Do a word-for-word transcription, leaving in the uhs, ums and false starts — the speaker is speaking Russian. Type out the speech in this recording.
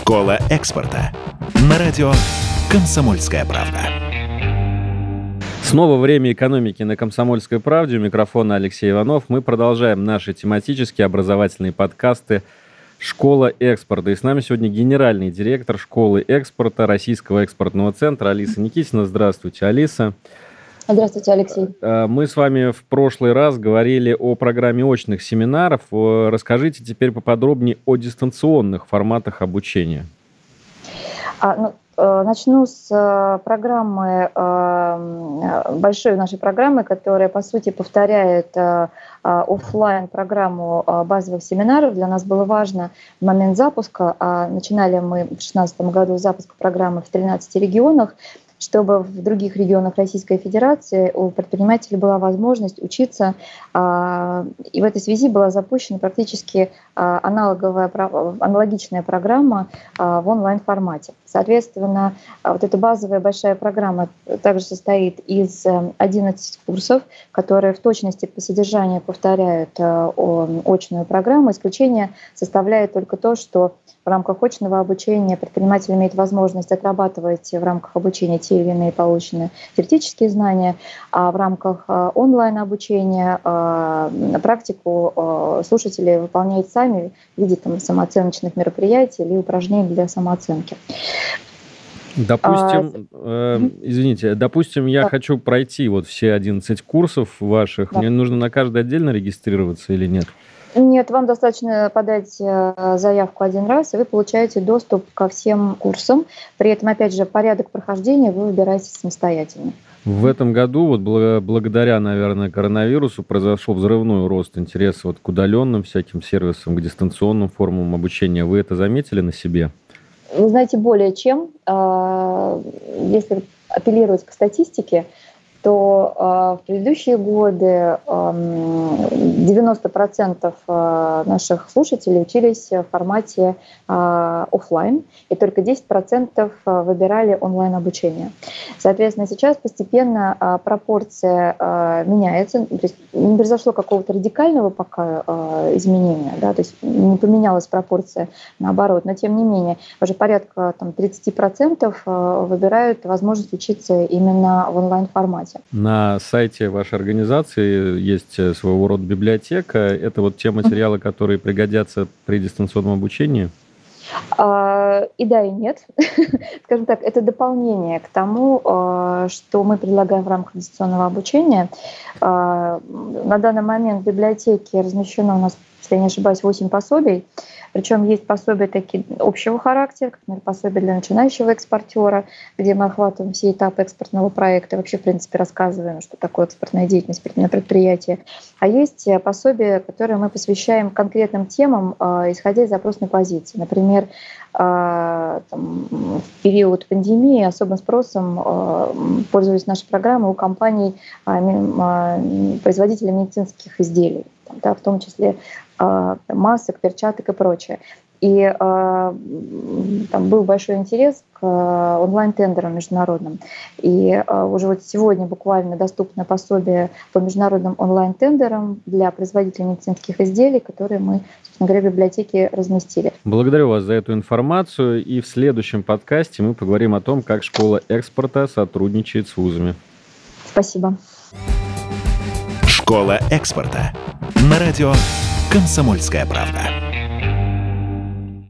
Школа экспорта. На радио «Комсомольская правда». Снова время экономики на «Комсомольской правде». У микрофона Алексей Иванов. Мы продолжаем наши тематические образовательные подкасты «Школа экспорта». И с нами сегодня генеральный директор школы экспорта Российского экспортного центра Алиса Никитина. Здравствуйте, Алиса. Здравствуйте, Алексей. Мы с вами в прошлый раз говорили о программе очных семинаров. Расскажите теперь поподробнее о дистанционных форматах обучения. А, ну, начну с программы, большой нашей программы, которая, по сути, повторяет офлайн-программу базовых семинаров. Для нас было важно в момент запуска, а начинали мы в две тысячи шестнадцатом году запуск программы в тринадцати регионах, чтобы в других регионах Российской Федерации у предпринимателей была возможность учиться. И в этой связи была запущена практически аналоговая, аналогичная программа в онлайн-формате. Соответственно, вот эта базовая большая программа также состоит из одиннадцати курсов, которые в точности по содержанию повторяют очную программу. Исключение составляет только то, что в рамках очного обучения предприниматель имеет возможность отрабатывать в рамках обучения те или иные полученные теоретические знания, а в рамках онлайн-обучения практику слушатели выполняют сами в виде там, самооценочных мероприятий или упражнений для самооценки. Допустим, а, э, извините, допустим, я да. хочу пройти вот все одиннадцать курсов ваших. Да. Мне нужно на каждый отдельно регистрироваться или нет? Нет, вам достаточно подать заявку один раз, и вы получаете доступ ко всем курсам. При этом, опять же, порядок прохождения вы выбираете самостоятельно. В этом году, вот благодаря, наверное, коронавирусу, произошел взрывной рост интереса вот к удаленным всяким сервисам, к дистанционным формам обучения. Вы это заметили на себе? Вы знаете, более чем. Если апеллировать к статистике, то э, в предыдущие годы э, девяносто процентов наших слушателей учились в формате э, офлайн, и только десять процентов выбирали онлайн-обучение. Соответственно, сейчас постепенно э, пропорция э, меняется, то есть не произошло какого-то радикального пока э, изменения, да, то есть не поменялась пропорция наоборот, но тем не менее уже порядка там, тридцать процентов э, выбирают возможность учиться именно в онлайн-формате. На сайте вашей организации есть своего рода библиотека. Это вот те материалы, которые пригодятся при дистанционном обучении? И да, и нет. Скажем так, это дополнение к тому, что мы предлагаем в рамках дистанционного обучения. На данный момент в библиотеке размещено у нас, если я не ошибаюсь, восемь пособий. Причем есть пособия такие общего характера, как, например, пособие для начинающего экспортера, где мы охватываем все этапы экспортного проекта, вообще, в принципе, рассказываем, что такое экспортная деятельность на предприятии. А есть пособия, которые мы посвящаем конкретным темам, исходя из запросной позиции. Например, там, в период пандемии особым спросом пользовались нашей программой у компаний, производителей медицинских изделий, да, в том числе масок, перчаток и прочее. И э, там был большой интерес к онлайн-тендерам международным. И э, уже вот сегодня буквально доступно пособие по международным онлайн-тендерам для производителей медицинских изделий, которые мы, собственно говоря, в библиотеке разместили. Благодарю вас за эту информацию. И в следующем подкасте мы поговорим о том, как школа экспорта сотрудничает с вузами. Спасибо. Школа экспорта. На радио «Комсомольская правда».